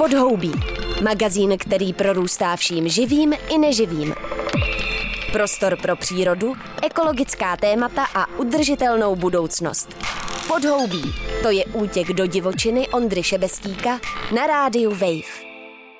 Podhoubí. Magazín, který prorůstá vším živým i neživým. Prostor pro přírodu, ekologická témata a udržitelnou budoucnost. Podhoubí. To je útěk do divočiny Ondry Šebestíka na rádiu Wave.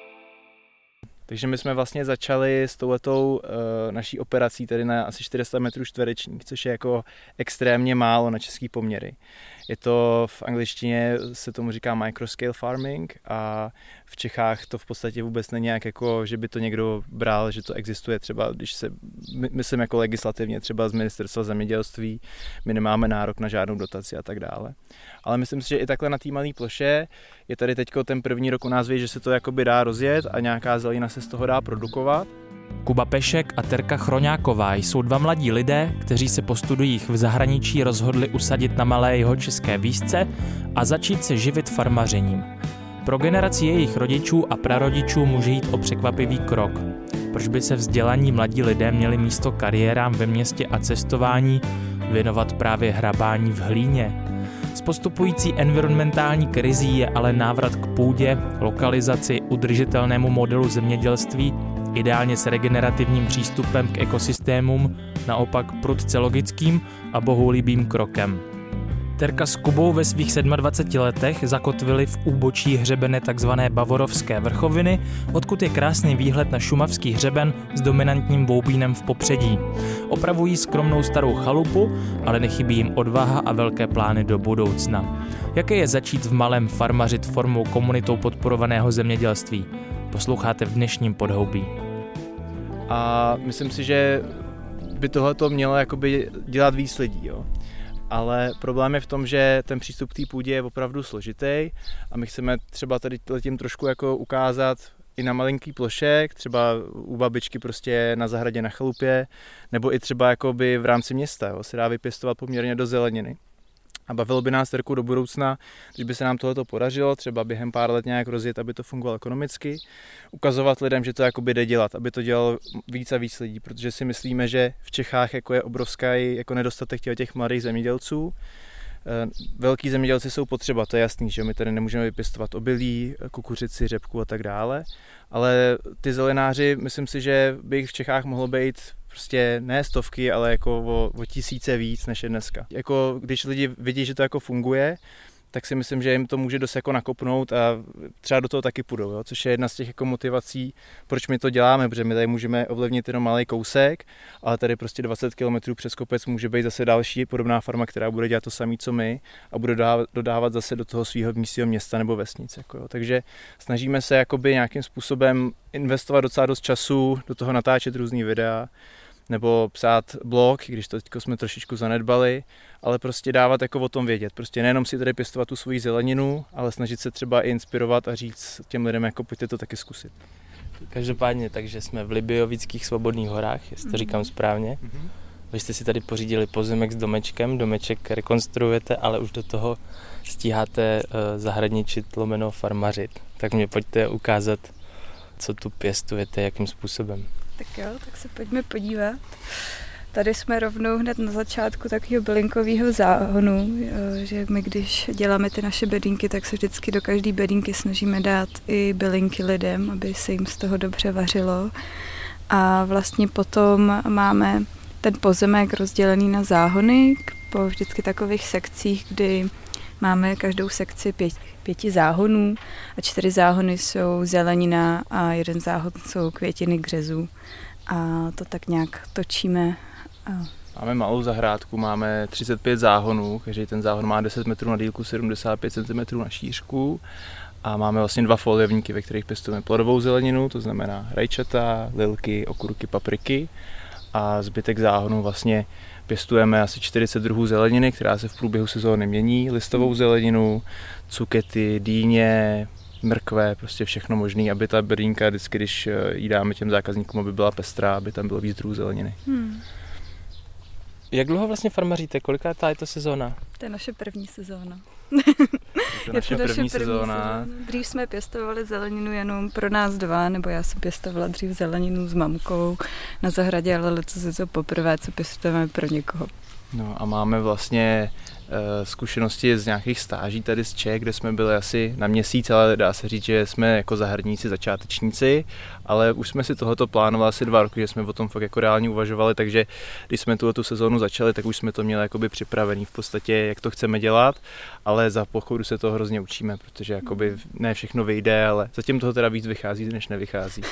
Takže my jsme vlastně začali s touhletou naší operací tady na asi 400 metrů čtverečních, což je jako extrémně málo na český poměry. Je to v angličtině se tomu říká microscale farming a v Čechách to v podstatě vůbec není nějak jako, že by to někdo bral, že to existuje třeba, když se, myslím jako legislativně třeba z ministerstva zemědělství, my nemáme nárok na žádnou dotaci a tak dále. Ale myslím si, že i takhle na té malé ploše je tady teďko ten první rok u nás, že se to jakoby dá rozjet a nějaká zelenina se z toho dá produkovat. Kuba Pešek a Terka Chroňáková jsou dva mladí lidé, kteří se po studiích v zahraničí rozhodli usadit na malé jihočeské výšce a začít se živit farmařením. Pro generaci jejich rodičů a prarodičů může jít o překvapivý krok. Proč by se vzdělaní mladí lidé měli místo kariérám ve městě a cestování věnovat právě hrabání v hlíně? S postupující environmentální krizí je ale návrat k půdě, lokalizaci, udržitelnému modelu zemědělství, ideálně s regenerativním přístupem k ekosystémům, naopak prudce logickým a bohulibým krokem. Terka s Kubou ve svých 27 letech zakotvili v úbočí hřebene tzv. Bavorovské vrchoviny, odkud je krásný výhled na šumavský hřeben s dominantním boubínem v popředí. Opravují skromnou starou chalupu, ale nechybí jim odvaha a velké plány do budoucna. Jaké je začít v malém farmařit formou komunitou podporovaného zemědělství? Posloucháte v dnešním Podhoubí. A myslím si, že by tohleto mělo jakoby dělat víc lidí, jo. Ale problém je v tom, že ten přístup k té půdě je opravdu složitý a my chceme třeba tady tím trošku jako ukázat i na malinký plošek, třeba u babičky prostě na zahradě na chalupě, nebo i třeba jakoby v rámci města, jo, se dá vypěstovat poměrně do zeleniny. A bavilo by nás Terku do budoucna, když by se nám tohleto podařilo, třeba během pár let nějak rozjet, aby to fungovalo ekonomicky, ukazovat lidem, že to jakoby jde dělat, aby to dělalo víc a víc lidí, protože si myslíme, že v Čechách jako je obrovský jako nedostatek těch mladých zemědělců. Velký zemědělci jsou potřeba, to je jasný, že my tady nemůžeme vypěstovat obilí, kukuřici, řepku a tak dále, ale ty zelenáři, myslím si, že by jich v Čechách mohlo být prostě ne stovky, ale jako o tisíce víc než je dneska. Jako když lidi vidí, že to jako funguje, tak si myslím, že jim to může dost jako nakopnout a třeba do toho taky půjdou, jo? Což je jedna z těch jako motivací, proč my to děláme, protože my tady můžeme ovlivnit jenom malý kousek, ale tady prostě 20 km přes kopec může být zase další podobná farma, která bude dělat to samé, co my a bude dodávat zase do toho svého místního města nebo vesnice. Jako jo. Takže snažíme se jakoby nějakým způsobem investovat docela dost času do toho, natáčet různý videa, nebo psát blog, když to teďko jsme trošičku zanedbali, ale prostě dávat jako o tom vědět. Prostě nejenom si tady pěstovat tu svoji zeleninu, ale snažit se třeba i inspirovat a říct těm lidem, jako pojďte to taky zkusit. Každopádně, takže jsme v Libijovických svobodných horách, jestli to říkám správně. Vy jste si tady pořídili pozemek s domečkem, domeček rekonstruujete, ale už do toho stíháte zahradničit / farmařit. Tak mě pojďte ukázat, co tu pěstujete, jakým způsobem. Tak jo, tak se pojďme podívat. Tady jsme rovnou hned na začátku takového bylinkového záhonu, že my když děláme ty naše bedínky, tak se vždycky do každé bedínky snažíme dát i bylinky lidem, aby se jim z toho dobře vařilo. A vlastně potom máme ten pozemek rozdělený na záhony po vždycky takových sekcích, kdy máme každou sekci 5 záhonů a 4 záhony jsou zelenina a 1 záhon jsou květiny křezů. A to tak nějak točíme. Máme malou zahrádku, máme 35 záhonů, každý ten záhon má 10 metrů na délku, 75 cm na šířku a máme vlastně 2 foliovníky, ve kterých pěstujeme plodovou zeleninu, to znamená rajčata, lilky, okurky, papriky a zbytek záhonu vlastně pěstujeme asi 40 druhů zeleniny, která se v průběhu sezóny mění, listovou zeleninu, cukety, dýně, mrkve, prostě všechno možné, aby ta bedínka vždycky, když jí dáme těm zákazníkům, aby byla pestrá, aby tam bylo víc druhů zeleniny. Jak dlouho vlastně farmaříte? Kolikátá je to sezóna? To je naše první sezóna. Je to naše první sezóna. Dřív jsme pěstovali zeleninu jenom pro nás dva, nebo já jsem pěstovala dřív zeleninu s mamkou na zahradě, ale letos je to poprvé, co pěstujeme pro někoho. No a máme vlastně zkušenosti z nějakých stáží tady z Čech, kde jsme byli asi na měsíc, ale dá se říct, že jsme jako zahradníci začátečníci, ale už jsme si tohoto plánovali asi 2 roky, že jsme o tom fakt jako reálně uvažovali, takže když jsme tu sezónu začali, tak už jsme to měli jakoby připravený v podstatě, jak to chceme dělat, ale za pochodu se to hrozně učíme, protože jakoby ne všechno vyjde, ale zatím toho teda víc vychází, než nevychází.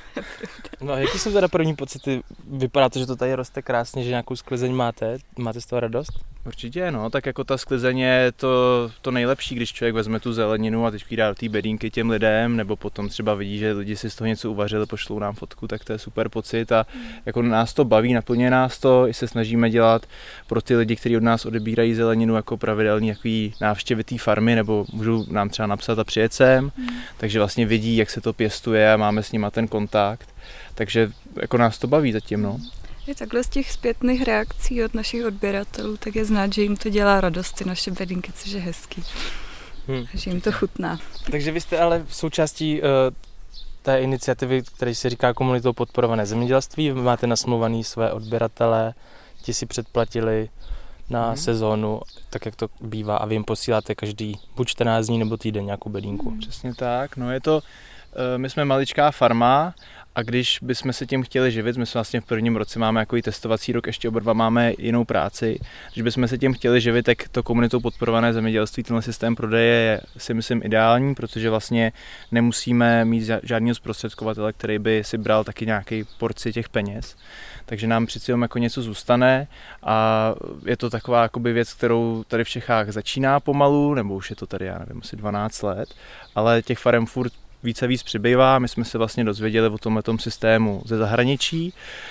No a jaký jsou teda první pocity? Vypadá to, že to tady roste krásně, že nějakou sklizeň máte? Máte z toho radost? Určitě, no, tak jako ta sklizeň je to nejlepší, když člověk vezme tu zeleninu a teď dá do té bedínky těm lidem, nebo potom třeba vidí, že lidi si z toho něco uvařili, pošlou nám fotku, tak to je super pocit a jako nás to baví, naplňuje nás to, i se snažíme dělat pro ty lidi, kteří od nás odebírají zeleninu jako pravidelný jaký návštěvy té farmy, nebo můžou nám třeba napsat a přijet sem, takže vlastně vidí, jak se to pěstuje a máme s nima ten kontakt, takže jako nás to baví zatím, no. Je takhle z těch zpětných reakcí od našich odběratelů, tak je znát, že jim to dělá radost, ty naše bedinky, což je hezký. Že jim to chutná. Takže vy jste ale v součástí té iniciativy, která se říká komunitou podporované zemědělství, vy máte nasmluvaný své odběratele, ti si předplatili na sezónu, tak jak to bývá a vy jim posíláte každý buď 14 dní nebo týden nějakou bedínku. Přesně tak, no je to, my jsme maličká farma a když bychom se tím chtěli živit, my jsme vlastně v prvním roce máme jako i testovací rok, ještě oba dva máme jinou práci, když bychom se tím chtěli živit, tak to komunitou podporované zemědělství, tenhle systém prodeje je si myslím ideální, protože vlastně nemusíme mít žádného zprostředkovatele, který by si bral taky nějaký porci těch peněz. Takže nám přeci jenom jako něco zůstane a je to taková jakoby věc, kterou tady v Čechách začíná pomalu, nebo už je to tady, já nevím, asi 12 let, ale těch farem furt více víc přibývá. My jsme se vlastně dozvěděli o tomhletom systému ze zahraničí.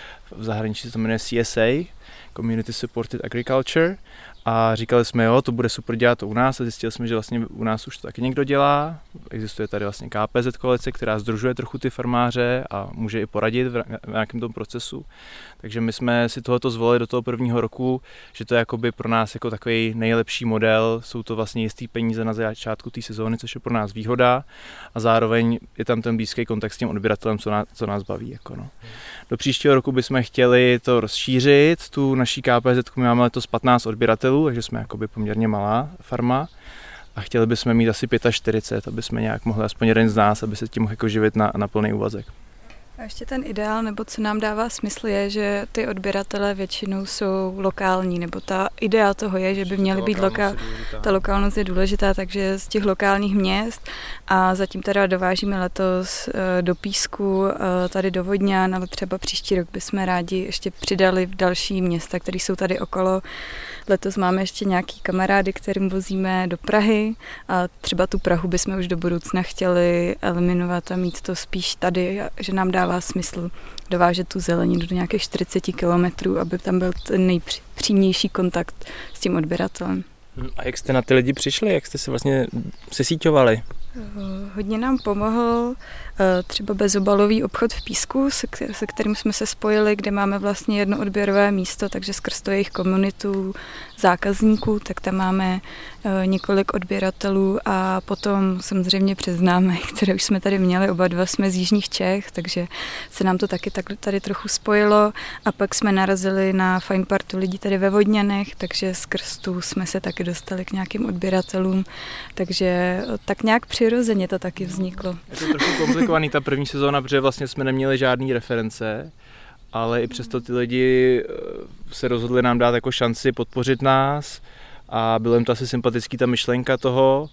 V zahraničí se to jmenuje CSA, Community Supported Agriculture. A říkali jsme, jo, to bude super dělat to u nás a zjistili jsme, že vlastně u nás už to taky někdo dělá. Existuje tady vlastně KPZ koalice, která sdružuje trochu ty farmáře a může i poradit v nějakém tom procesu. Takže my jsme si tohoto zvolili do toho prvního roku, že to je jakoby pro nás jako takový nejlepší model. Jsou to vlastně jistý peníze na začátku té sezóny, což je pro nás výhoda a zároveň je tam ten blízký kontakt s tím odběratelem, co nás baví. Jako no. Do příštího roku bychom chtěli to rozšířit, tu naší KPZ, my máme letos 15 odběratelů, takže jsme jakoby poměrně malá farma a chtěli bychom mít asi 45, aby jsme nějak mohli aspoň jeden z nás, aby se tím mohl jako živit na plný úvazek. A ještě ten ideál, nebo co nám dává smysl, je, že ty odběratelé většinou jsou lokální, nebo ta idea toho je, že by měly být ta lokálnost je důležitá, takže z těch lokálních měst a zatím teda dovážíme letos do Písku, tady do Vodňan, ale třeba příští rok bychom rádi ještě přidali v další města, které jsou tady okolo. Letos máme ještě nějaký kamarády, kterým vozíme do Prahy a třeba tu Prahu bychom už do budoucna chtěli eliminovat a mít to spíš tady, že nám dává smysl dovážet tu zeleninu do nějakých 40 kilometrů, aby tam byl ten nejpřímější kontakt s tím odběratelem. A jak jste na ty lidi přišli? Jak jste se vlastně sesíťovali? Hodně nám pomohl třeba bezobalový obchod v Písku, se kterým jsme se spojili, kde máme vlastně jedno odběrové místo, takže skrz to jejich komunitu zákazníků, tak tam máme několik odběratelů a potom samozřejmě přes známé, které už jsme tady měli, oba dva jsme z jižních Čech, takže se nám to taky tady trochu spojilo a pak jsme narazili na fajn partu lidí tady ve Vodňanech, takže skrz tu jsme se taky dostali k nějakým odběratelům, takže tak nějak přirozeně to taky vzniklo. Je to trochu komplikovaný ta první sezóna, protože vlastně jsme neměli žádný reference, ale i přesto ty lidi se rozhodli nám dát jako šanci podpořit nás a bylo jim to asi sympatický ta myšlenka toho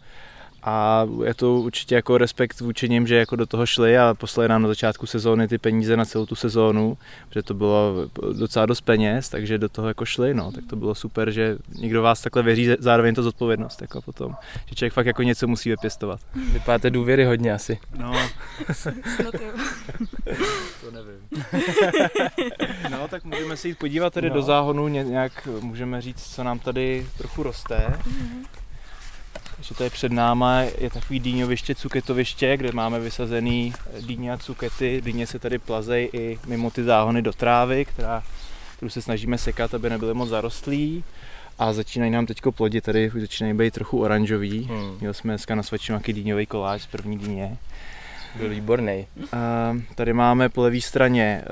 a je to určitě jako respekt vůči nim, že jako do toho šli a poslali nám na začátku sezóny ty peníze na celou tu sezónu, protože to bylo docela dost peněz, takže do toho jako šli, no, tak to bylo super, že někdo vás takhle věří, zároveň to zodpovědnost jako potom, že člověk fakt jako něco musí vypěstovat. Vypadáte důvěry hodně asi. No, Snad jo. to nevím. No, tak můžeme se jít podívat tady do záhonu, nějak můžeme říct, co nám tady trochu roste. Takže tady před náma je takový dýňoviště, cuketoviště, kde máme vysazený dýně a cukety. Dýně se tady plazejí i mimo ty záhony do trávy, kterou se snažíme sekat, aby nebyly moc zarostlí. A začínají nám teďko plodit, tady už začínají být trochu oranžový. Měli jsme dneska na svačinu nějaký dýňový koláč z první dýně. Byl výborný. Tady máme po levé straně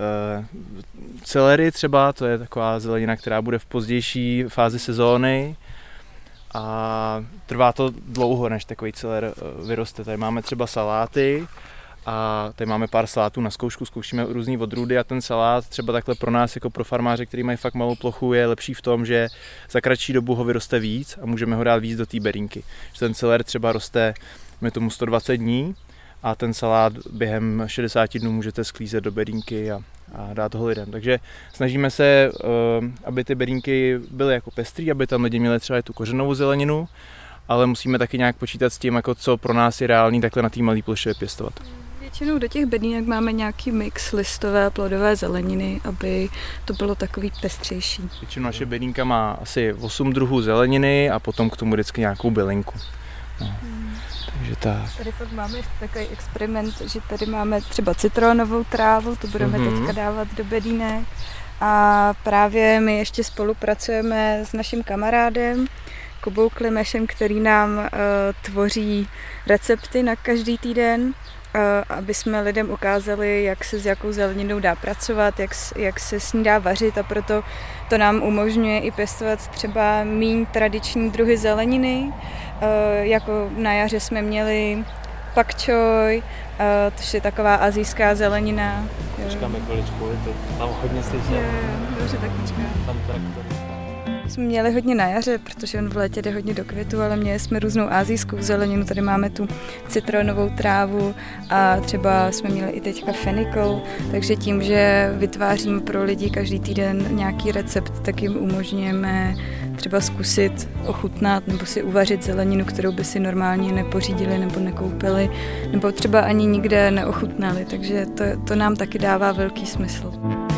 celery třeba, to je taková zelenina, která bude v pozdější fázi sezóny. a trvá to dlouho, než takový celer vyroste. Tady máme třeba saláty a tady máme pár salátů na zkoušku, zkoušíme různý odrůdy a ten salát třeba takhle pro nás jako pro farmáře, který mají fakt malou plochu, je lepší v tom, že za kratší dobu ho vyroste víc a můžeme ho dát víc do té bedínky. Že ten celer třeba roste tomu 120 dní a ten salát během 60 dnů můžete sklízet do bedínky a dát ho lidem. Takže snažíme se, aby ty bedínky byly jako pestrý, aby tam lidi měli třeba tu kořenovou zeleninu, ale musíme taky nějak počítat s tím, jako co pro nás je reálný takhle na té malé ploše pěstovat. Většinou do těch bedínek máme nějaký mix listové a plodové zeleniny, aby to bylo takový pestřejší. Většinou naše bedínka má asi 8 druhů zeleniny a potom k tomu vždycky nějakou bylinku. No. Takže tak. Tady fakt máme takový experiment, že tady máme třeba citronovou trávu, to budeme teďka dávat do bedínek. A právě my ještě spolupracujeme s naším kamarádem Kubou Klimešem, který nám tvoří recepty na každý týden, aby jsme lidem ukázali, jak se s jakou zeleninou dá pracovat, jak se s ní dá vařit, a proto to nám umožňuje i pěstovat třeba míň tradiční druhy zeleniny. Jako na jaře jsme měli pak choi, což je taková asijská zelenina. Počkáme chviličku, tam hodně slyším. Dobře, tak počkáme. Tam traktor. Jsme měli hodně na jaře, protože on v létě jde hodně do květu, ale měli jsme různou asijskou zeleninu. Tady máme tu citronovou trávu a třeba jsme měli i teďka fenikl, takže tím, že vytváříme pro lidi každý týden nějaký recept, tak jim umožňujeme třeba zkusit ochutnat nebo si uvařit zeleninu, kterou by si normálně nepořídili nebo nekoupili, nebo třeba ani nikde neochutnali, takže to nám taky dává velký smysl.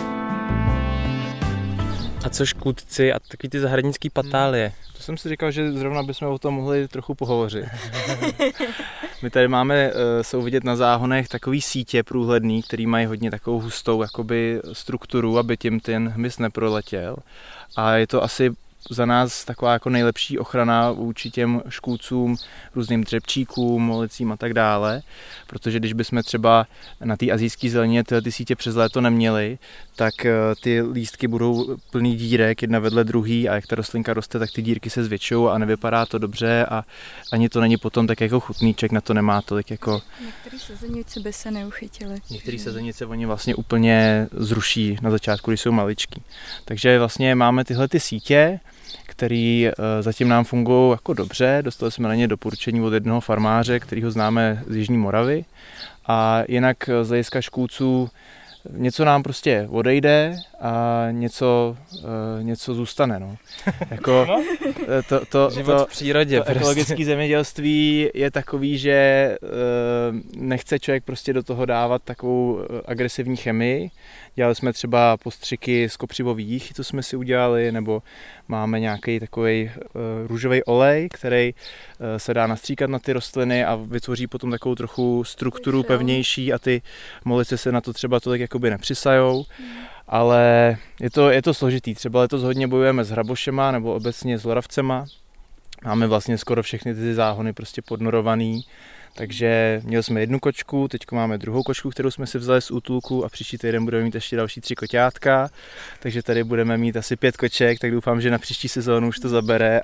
A co škůdci a takový ty zahradnický patálie? To jsem si říkal, že zrovna bychom o tom mohli trochu pohovořit. My tady máme, jsou vidět na záhonech takový sítě průhledný, který mají hodně takovou hustou jakoby strukturu, aby tím ten hmyz neproletěl. A je to asi za nás taková jako nejlepší ochrana vůči těm škůdcům, různým dřepčíkům, molicím a tak dále. Protože když bychom třeba na té asijské zelenině tyhle ty sítě přes léto neměli, tak ty lístky budou plný dírek jedna vedle druhý a jak ta rostlinka roste, tak ty dírky se zvětšují a nevypadá to dobře a ani to není potom tak jako chutníček, na to nemá tolik jako... Některé sezenice by se neuchytily. Některé sezenice oni vlastně úplně zruší na začátku, když jsou maličký. Takže vlastně máme tyhle ty sítě, který zatím nám fungují jako dobře. Dostali jsme na ně doporučení od jednoho farmáře, kterýho známe z Jižní Moravy. A jinak z hlediska škůdců něco nám prostě odejde a něco zůstane. No. Jako Život v přírodě. To ekologické zemědělství je takový, že nechce člověk prostě do toho dávat takovou agresivní chemii. Dělali jsme třeba postřiky z kopřivový jíchy, co jsme si udělali, nebo máme nějaký takový růžový olej, který se dá nastříkat na ty rostliny a vytvoří potom takovou trochu strukturu pevnější a ty molice se na to třeba tolik jakoby nepřisajou. Ale je to složitý. Třeba letos hodně bojujeme s hrabošema nebo obecně s loravcema. Máme vlastně skoro všechny ty záhony prostě podnorovaný. Takže měli jsme jednu kočku, teď máme druhou kočku, kterou jsme si vzali z útulku a příští týden budeme mít ještě další 3 koťátka. Takže tady budeme mít asi 5 koček, tak doufám, že na příští sezónu už to zabere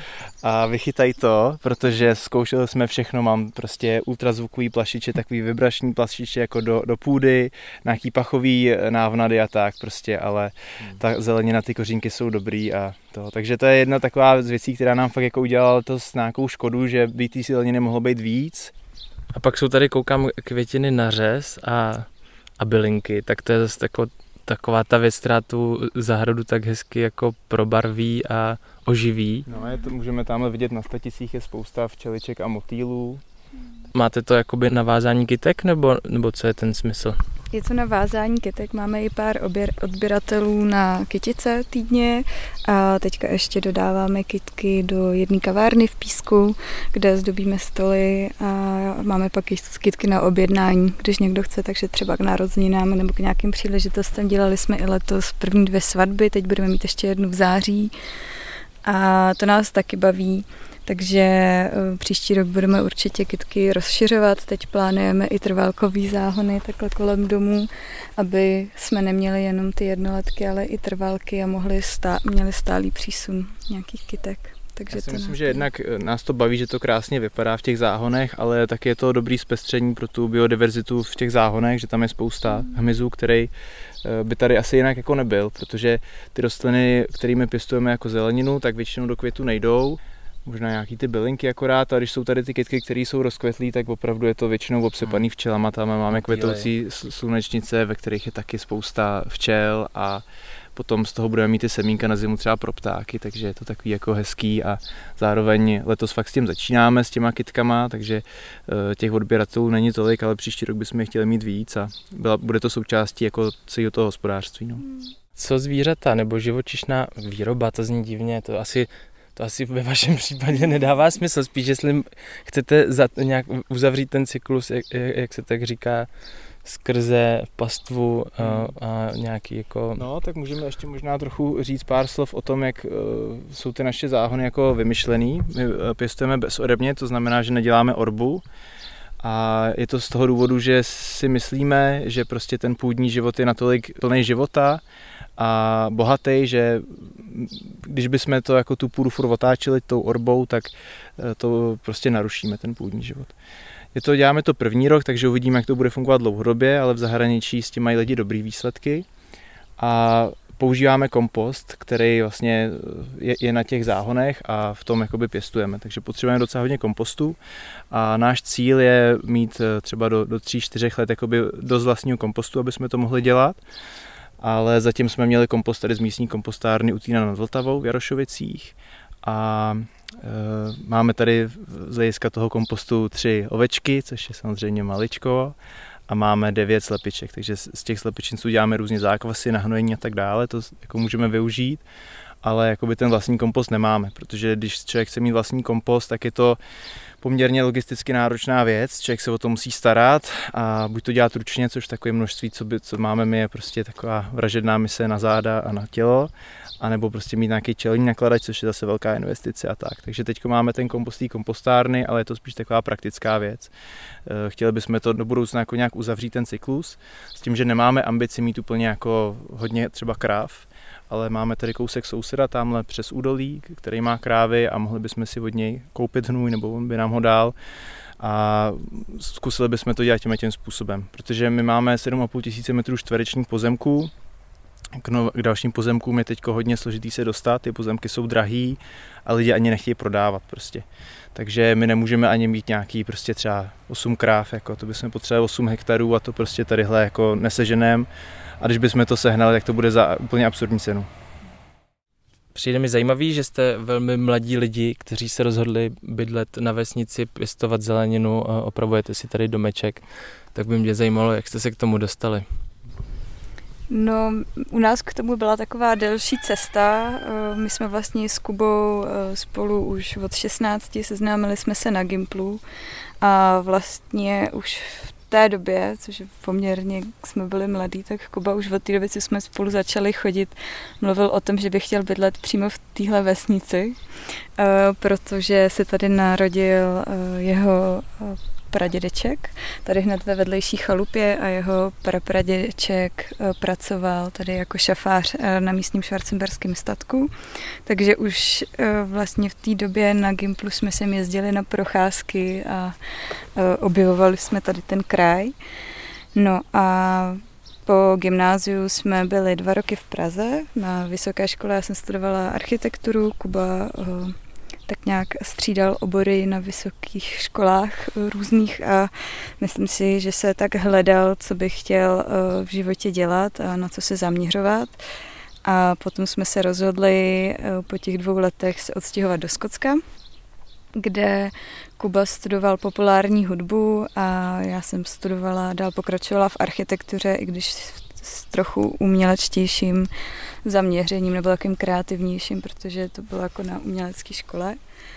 a vychytají to, protože zkoušeli jsme všechno, mám prostě ultrazvukový plašiče, takový vibrační plašiče jako do půdy, nějaký pachový návnady a tak prostě, ale ta zelenina, ty kořínky jsou dobrý a to. Takže to je jedna taková z věcí, která nám fakt jako udělala to s nějakou škodu, že by té zeleniny mohlo být víc. A pak jsou tady, koukám, květiny na řez a bylinky, tak to je zase taková ta věc, která tu zahradu tak hezky jako probarví a oživí. No, můžeme tamhle vidět na staticích je spousta včeliček a motýlů. Máte to jakoby na vázání kytek, nebo co je ten smysl? Je to na vázání kytek, máme i pár odběratelů na kytice týdně a teďka ještě dodáváme kytky do jedné kavárny v Písku, kde zdobíme stoly a máme pak i kytky na objednání, když někdo chce, takže třeba k narozeninám nebo k nějakým příležitostem. Dělali jsme i letos první 2 svatby, teď budeme mít ještě jednu v září a to nás taky baví. Takže příští rok budeme určitě kytky rozšiřovat. Teď plánujeme i trvalkový záhony takhle kolem domů, aby jsme neměli jenom ty jednoletky, ale i trvalky a měli stálý přísun nějakých kytek. Takže já si myslím, že jednak nás to baví, že to krásně vypadá v těch záhonech, ale tak je to dobrý zpestření pro tu biodiverzitu v těch záhonech, že tam je spousta hmyzu, který by tady asi jinak jako nebyl, protože ty rostliny, kterými pěstujeme jako zeleninu, tak většinou do květu nejdou. Možná nějaký ty bylinky akorát, a když jsou tady ty kytky, které jsou rozkvetlý, tak opravdu je to většinou obsypaný včelama. Tam máme kvetoucí slunečnice, ve kterých je taky spousta včel a potom z toho budeme mít ty semínka na zimu třeba pro ptáky, takže je to takový jako hezký a zároveň letos fakt s tím začínáme, s těma kytkama, takže těch odběratelů není tolik, ale příští rok bychom je chtěli mít víc a bude to součástí jako celého toho hospodářství. No. Co zvířata nebo živočišná výroba, to zní divně, to asi ve vašem případě nedává smysl, spíš jestli chcete nějak uzavřít ten cyklus, jak se tak říká, skrze pastvu a nějaký jako... No, tak můžeme ještě možná trochu říct pár slov o tom, jak jsou ty naše záhony jako vymyšlený. My pěstujeme bezodebně, to znamená, že neděláme orbu. A je to z toho důvodu, že si myslíme, že prostě ten půdní život je natolik plný života a bohatý, že když bychom to jako tu půdu furt otáčeli tou orbou, tak to prostě narušíme, ten půdní život. Děláme to první rok, takže uvidíme, jak to bude fungovat dlouhodobě, ale v zahraničí s tím mají lidi dobrý výsledky. A používáme kompost, který vlastně je na těch záhonech a v tom jakoby pěstujeme. Takže potřebujeme docela hodně kompostu a náš cíl je mít třeba do 3-4 let jakoby dost vlastního kompostu, aby jsme to mohli dělat. Ale zatím jsme měli kompost tady z místní kompostárny u Týna nad Vltavou v Jarošovicích a máme tady z hlediska toho kompostu 3 ovečky, což je samozřejmě maličko, a máme 9 slepiček, takže z těch slepičinců děláme různě zákvasy, nahnojení a tak dále, to jako můžeme využít, ale jakoby ten vlastní kompost nemáme, protože když člověk chce mít vlastní kompost, tak je to poměrně logisticky náročná věc, člověk se o to musí starat a buď to dělat ručně, což takové množství, co máme my, je prostě taková vražedná mise na záda a na tělo, anebo prostě mít nějaký čelní nakladač, což je zase velká investice a tak. Takže teď máme ten kompost kompostárny, ale je to spíš taková praktická věc. Chtěli bychom to do budoucna jako nějak uzavřít ten cyklus, s tím, že nemáme ambici mít úplně jako hodně třeba kráv, ale máme tady kousek souseda tamhle přes údolí, který má krávy a mohli bychom si od něj koupit hnůj, nebo on by nám ho dal. A zkusili bychom to dělat tím způsobem, protože my máme 7,5 tisíce metrů čtverečních pozemků. K dalším pozemkům je teď hodně složitý se dostat, ty pozemky jsou drahý a lidi ani nechtějí prodávat prostě. Takže my nemůžeme ani mít nějaký prostě třeba 8 kráv, jako to bychom potřebovali 8 hektarů a to prostě tadyhle jako neseženem. A když bychom to sehnali, tak to bude za úplně absurdní cenu. Přijde mi zajímavý, že jste velmi mladí lidi, kteří se rozhodli bydlet na vesnici, pěstovat zeleninu, opravujete si tady domeček. Tak by mě zajímalo, jak jste se k tomu dostali. No, u nás k tomu byla taková delší cesta. My jsme vlastně s Kubou spolu už od 16, seznámili jsme se na Gimplu a vlastně už v té době, což poměrně jsme byli mladí, tak Kuba už od té doby, co jsme spolu začali chodit, mluvil o tom, že by chtěl bydlet přímo v téhle vesnici, protože se tady narodil jeho pradědeček, tady hned ve vedlejší chalupě a jeho prapradědeček pracoval tady jako šafář na místním schwarzenberském statku. Takže už vlastně v té době na Gimplu jsme sem jezdili na procházky a objevovali jsme tady ten kraj. No a po gymnáziu jsme byli 2 roky v Praze na vysoké škole. Já jsem studovala architekturu, Kuba tak nějak střídal obory na vysokých školách různých a myslím si, že se tak hledal, co by chtěl v životě dělat a na co se zaměřovat. A potom jsme se rozhodli po těch 2 letech se odstěhovat do Skotska, kde Kuba studoval populární hudbu a já jsem dál pokračovala v architektuře, i když s trochu umělečtějším zaměřením nebo takovým kreativnějším, protože to bylo jako na umělecké škole.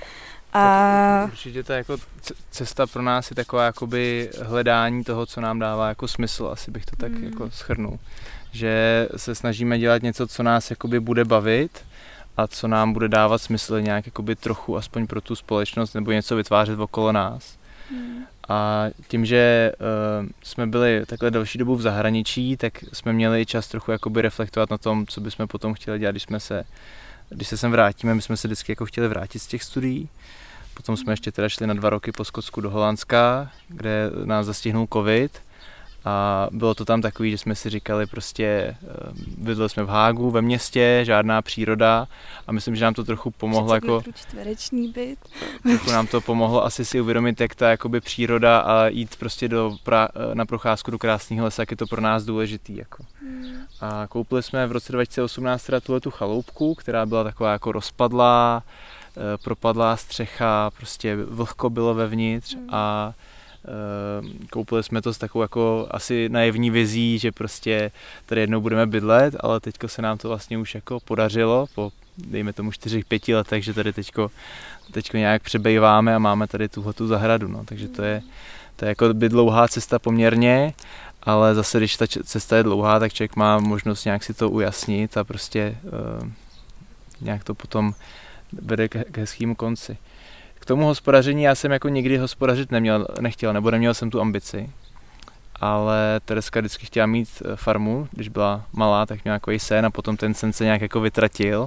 A určitě to jako cesta pro nás je taková jakoby hledání toho, co nám dává jako smysl, asi bych to tak jako shrnul. Že se snažíme dělat něco, co nás jakoby bude bavit a co nám bude dávat smysl nějak jakoby trochu aspoň pro tu společnost nebo něco vytvářet okolo nás. A tím, že jsme byli takhle delší dobu v zahraničí, tak jsme měli čas trochu jakoby reflektovat na tom, co bychom potom chtěli dělat, když jsme se když se sem vrátíme, my jsme se vždycky jako chtěli vrátit z těch studií. Potom jsme ještě teda šli na 2 roky po Skotsku do Holandska, kde nás zastihnul covid. A bylo to tam takový, že jsme si říkali prostě, bydleli jsme v Hágu, ve městě, žádná příroda a myslím, že nám to trochu pomohlo jako... čtvereční byt. Trochu nám to pomohlo asi si uvědomit, jak ta jakoby příroda a jít prostě na procházku do krásného lesa, jak je to pro nás důležitý. Jako. A koupili jsme v roce 2018 teda tuhletu chaloupku, která byla taková jako rozpadlá, propadlá střecha, prostě vlhko bylo vevnitř a koupili jsme to s takovou jako asi naivní vizí, že prostě tady jednou budeme bydlet, ale teďko se nám to vlastně už jako podařilo po dejme tomu 4-5 letech, že tady teďko nějak přebejváme a máme tady tuhletu zahradu, no, takže to je jako by dlouhá cesta poměrně, ale zase když ta cesta je dlouhá, tak člověk má možnost nějak si to ujasnit a prostě nějak to potom vede k hezkému konci. K tomu hospodaření já jsem jako nikdy hospodařit nechtěl, nebo neměl jsem tu ambici. Ale Tereska vždycky chtěla mít farmu, když byla malá, tak měla takový sen a potom ten sen se nějak jako vytratil.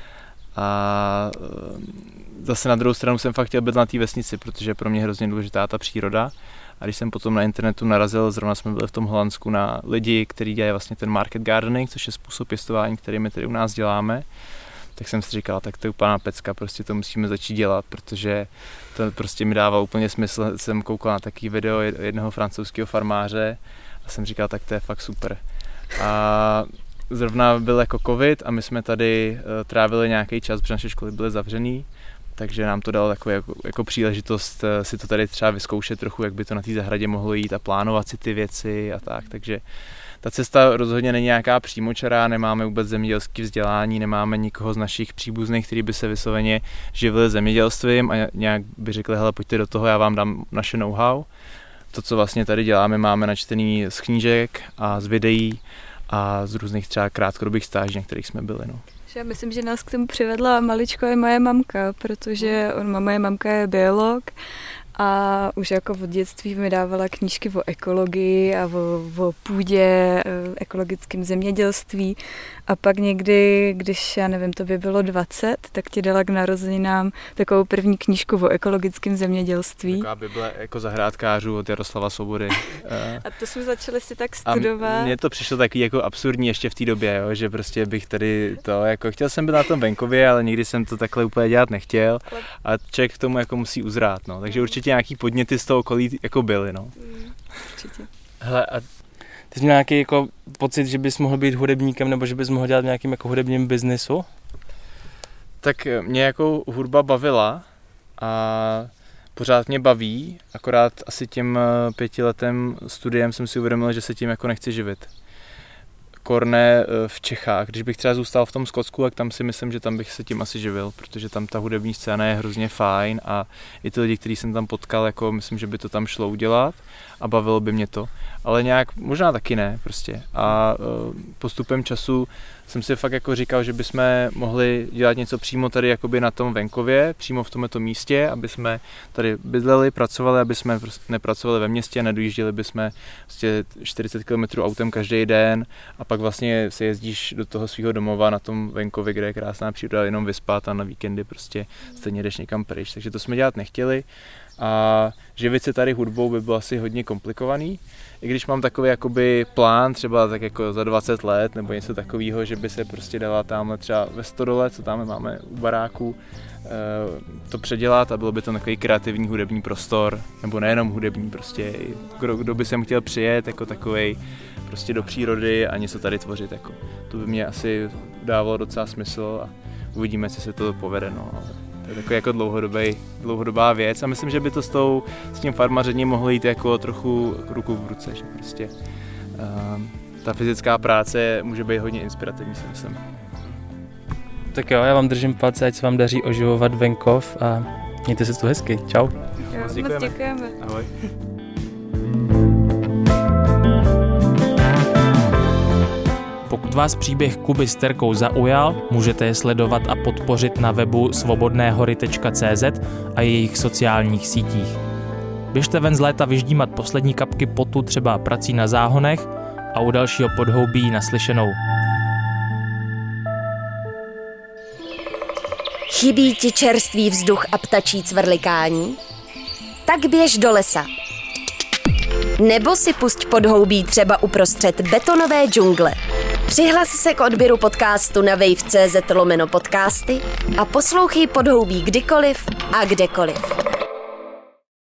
A zase na druhou stranu jsem fakt chtěl být na té vesnici, protože je pro mě hrozně důležitá ta příroda. A když jsem potom na internetu narazil, zrovna jsme byli v tom Holandsku na lidi, kteří dělají vlastně ten market gardening, což je způsob pěstování, který my tady u nás děláme, tak jsem si říkal, tak to je úplná pecka, prostě to musíme začít dělat, protože to prostě mi dává úplně smysl. Jsem koukal na takový video jednoho francouzského farmáře a jsem říkal, tak to je fakt super. A zrovna byl jako covid a my jsme tady trávili nějaký čas, protože naše školy byly zavřený, takže nám to dalo takovou jako příležitost si to tady třeba vyzkoušet trochu, jak by to na té zahradě mohlo jít a plánovat si ty věci a tak, takže ta cesta rozhodně není nějaká přímočará, nemáme vůbec zemědělské vzdělání, nemáme nikoho z našich příbuzných, kteří by se vysloveně živili zemědělstvím a nějak by řekli, hele, pojďte do toho, já vám dám naše know-how. To, co vlastně tady děláme, máme načtený z knížek a z videí a z různých třeba krátkodobých stáží, na kterých jsme byli. No. Já myslím, že nás k tomu přivedla maličko i moje mamka, protože moje mamka je biolog a už jako od dětství mi dávala knížky o ekologii a o půdě, ekologickém zemědělství. A pak někdy, když, já nevím, to by bylo 20, tak ti dala k narozeninám takovou první knížku o ekologickém zemědělství. Taková Bible jako zahrádkářů od Jaroslava Svobody. A to jsme začali si tak studovat. A mně to přišlo taky jako absurdní ještě v té době, jo, že prostě bych tady to, jako chtěl jsem být na tom venkově, ale nikdy jsem to takhle úplně dělat nechtěl. A člověk k tomu jako musí uzrát, no. Takže určitě nějaký podněty z toho okolí jako byly, no. Určitě. Hele, a ty jsi měl nějaký jako pocit, že bys mohl být hudebníkem nebo že bys mohl dělat v nějakým jako hudebním biznesu? Tak mě jako hudba bavila a pořád mě baví, akorát asi tím 5letým studiem jsem si uvědomil, že se tím jako nechci živit. Korne v Čechách, když bych třeba zůstal v tom Skotsku, tak tam si myslím, že tam bych se tím asi živil, protože tam ta hudební scéna je hrozně fajn a i ty lidi, kteří jsem tam potkal, jako myslím, že by to tam šlo udělat a bavilo by mě to, ale nějak možná taky ne prostě a postupem času jsem si fakt jako říkal, že bychom mohli dělat něco přímo tady jakoby na tom venkově, přímo v tomto místě, aby jsme tady bydleli, pracovali, aby jsme nepracovali ve městě, nedojížděli bychom prostě 40 km autem každý den a pak vlastně se jezdíš do toho svého domova na tom venkově, kde je krásná příroda, jenom vyspat a na víkendy prostě stejně jdeš někam pryč, takže to jsme dělat nechtěli. A živit se tady hudbou by bylo asi hodně komplikovaný. I když mám takový jakoby plán třeba tak jako za 20 let nebo něco takového, že by se prostě dala tamhle třeba ve Stodole, co tam máme u baráku, to předělat a bylo by to takový kreativní hudební prostor, nebo nejenom hudební, prostě kdo by sem chtěl přijet jako takovej prostě do přírody a něco tady tvořit, jako. To by mě asi dávalo docela smysl a uvidíme, jestli se to povede, no. To je takový jako dlouhodobá věc a myslím, že by to s tím farmařením mohlo jít jako trochu ruku v ruce, že prostě ta fyzická práce může být hodně inspirativní, si myslím. Tak jo, já vám držím palce, ať se vám daří oživovat venkov a mějte se tu hezky. Čau. Jo, moc děkujeme. Ahoj. Pokud vás příběh Kuby s Terkou zaujal, můžete je sledovat a podpořit na webu svobodnéhory.cz a jejich sociálních sítích. Běžte ven z léta vyždímat poslední kapky potu třeba prací na záhonech a u dalšího podhoubí naslyšenou. Chybí ti čerstvý vzduch a ptačí cvrlikání? Tak běž do lesa. Nebo si pusť podhoubí třeba uprostřed betonové džungle. Přihlas se k odběru podcastu na wave.cz/podcasty a poslouchej Podhoubí kdykoliv a kdekoliv.